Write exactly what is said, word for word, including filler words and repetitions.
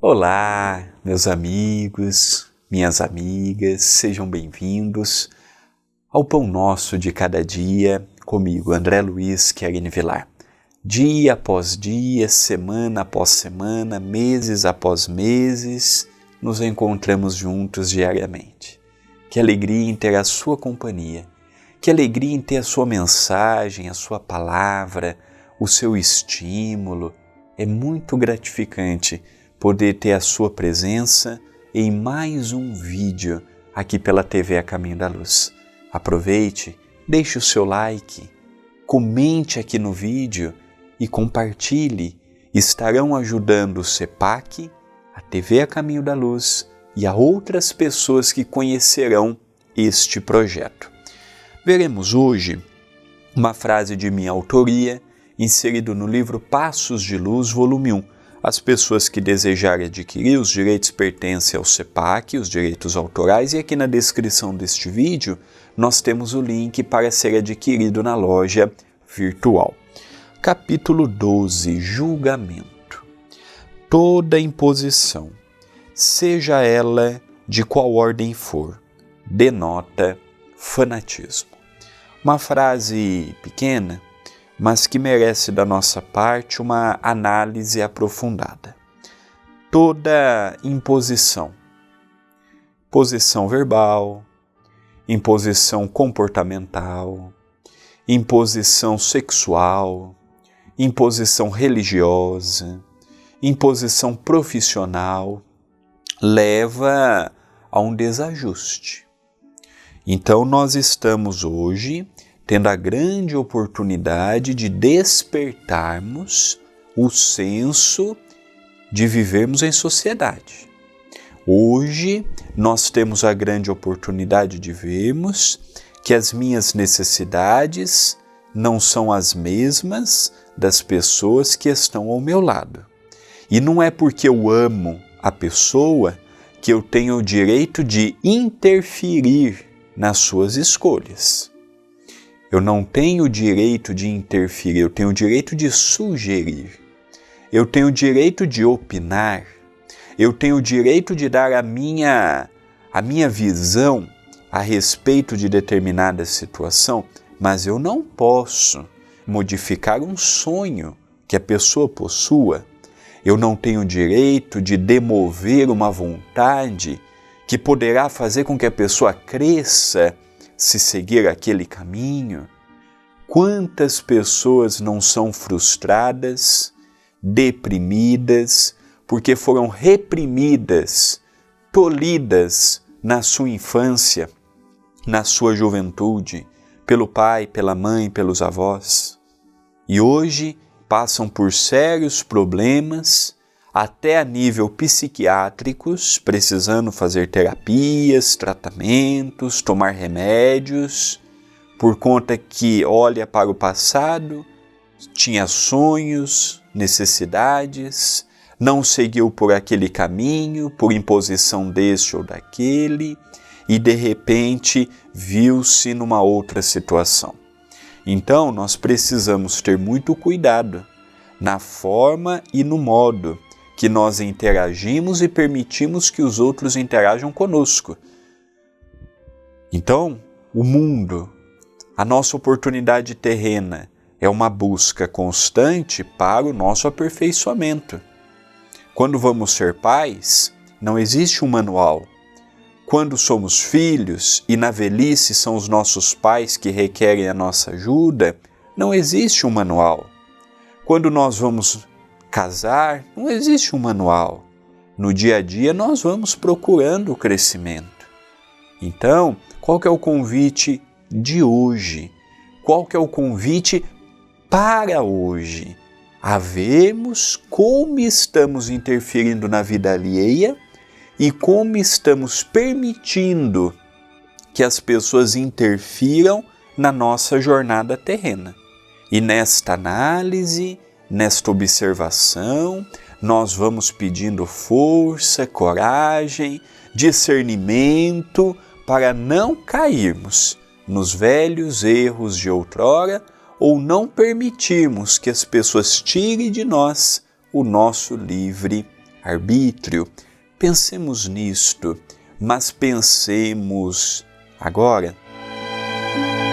Olá, meus amigos, minhas amigas, sejam bem-vindos ao Pão Nosso de Cada Dia, comigo, André Luiz Querini Vilar. Dia após dia, semana após semana, meses após meses, nos encontramos juntos diariamente. Que alegria em ter a sua companhia, que alegria em ter a sua mensagem, a sua palavra, o seu estímulo. É muito gratificante poder ter a sua presença em mais um vídeo aqui pela T V A Caminho da Luz. Aproveite, deixe o seu like, comente aqui no vídeo e compartilhe. Estarão ajudando o CEPAC, a T V A Caminho da Luz e a outras pessoas que conhecerão este projeto. Veremos hoje uma frase de minha autoria, inserido no livro Passos de Luz, volume um. As pessoas que desejarem adquirir os direitos pertencem ao CEPAC, os direitos autorais, e aqui na descrição deste vídeo nós temos o link para ser adquirido na loja virtual. Capítulo doze, Julgamento. Toda imposição, seja ela de qual ordem for, denota fanatismo. Uma frase pequena, mas que merece da nossa parte uma análise aprofundada. Toda imposição, imposição verbal, imposição comportamental, imposição sexual, imposição religiosa, imposição profissional, leva a um desajuste. Então nós estamos hoje tendo a grande oportunidade de despertarmos o senso de vivermos em sociedade. Hoje nós temos a grande oportunidade de vermos que as minhas necessidades não são as mesmas das pessoas que estão ao meu lado. E não é porque eu amo a pessoa que eu tenho o direito de interferir nas suas escolhas. Eu não tenho o direito de interferir, eu tenho o direito de sugerir. Eu tenho o direito de opinar. Eu tenho o direito de dar a minha, a minha visão a respeito de determinada situação, mas eu não posso modificar um sonho que a pessoa possua. Eu não tenho o direito de demover uma vontade que poderá fazer com que a pessoa cresça se seguir aquele caminho. Quantas pessoas não são frustradas, deprimidas, porque foram reprimidas, tolhidas na sua infância, na sua juventude, pelo pai, pela mãe, pelos avós, e hoje passam por sérios problemas, até a nível psiquiátricos, precisando fazer terapias, tratamentos, tomar remédios, por conta que olha para o passado, tinha sonhos, necessidades, não seguiu por aquele caminho, por imposição deste ou daquele, e de repente viu-se numa outra situação. Então nós precisamos ter muito cuidado na forma e no modo que nós interagimos e permitimos que os outros interajam conosco. Então, o mundo, a nossa oportunidade terrena, é uma busca constante para o nosso aperfeiçoamento. Quando vamos ser pais, não existe um manual. Quando somos filhos e na velhice são os nossos pais que requerem a nossa ajuda, não existe um manual. Quando nós vamos casar, não existe um manual. No dia a dia nós vamos procurando o crescimento. Então, qual que é o convite de hoje? Qual que é o convite para hoje? A vermos como estamos interferindo na vida alheia e como estamos permitindo que as pessoas interfiram na nossa jornada terrena. E nesta análise, nesta observação, nós vamos pedindo força, coragem, discernimento para não cairmos nos velhos erros de outrora ou não permitirmos que as pessoas tirem de nós o nosso livre arbítrio? Pensemos nisto, mas pensemos agora.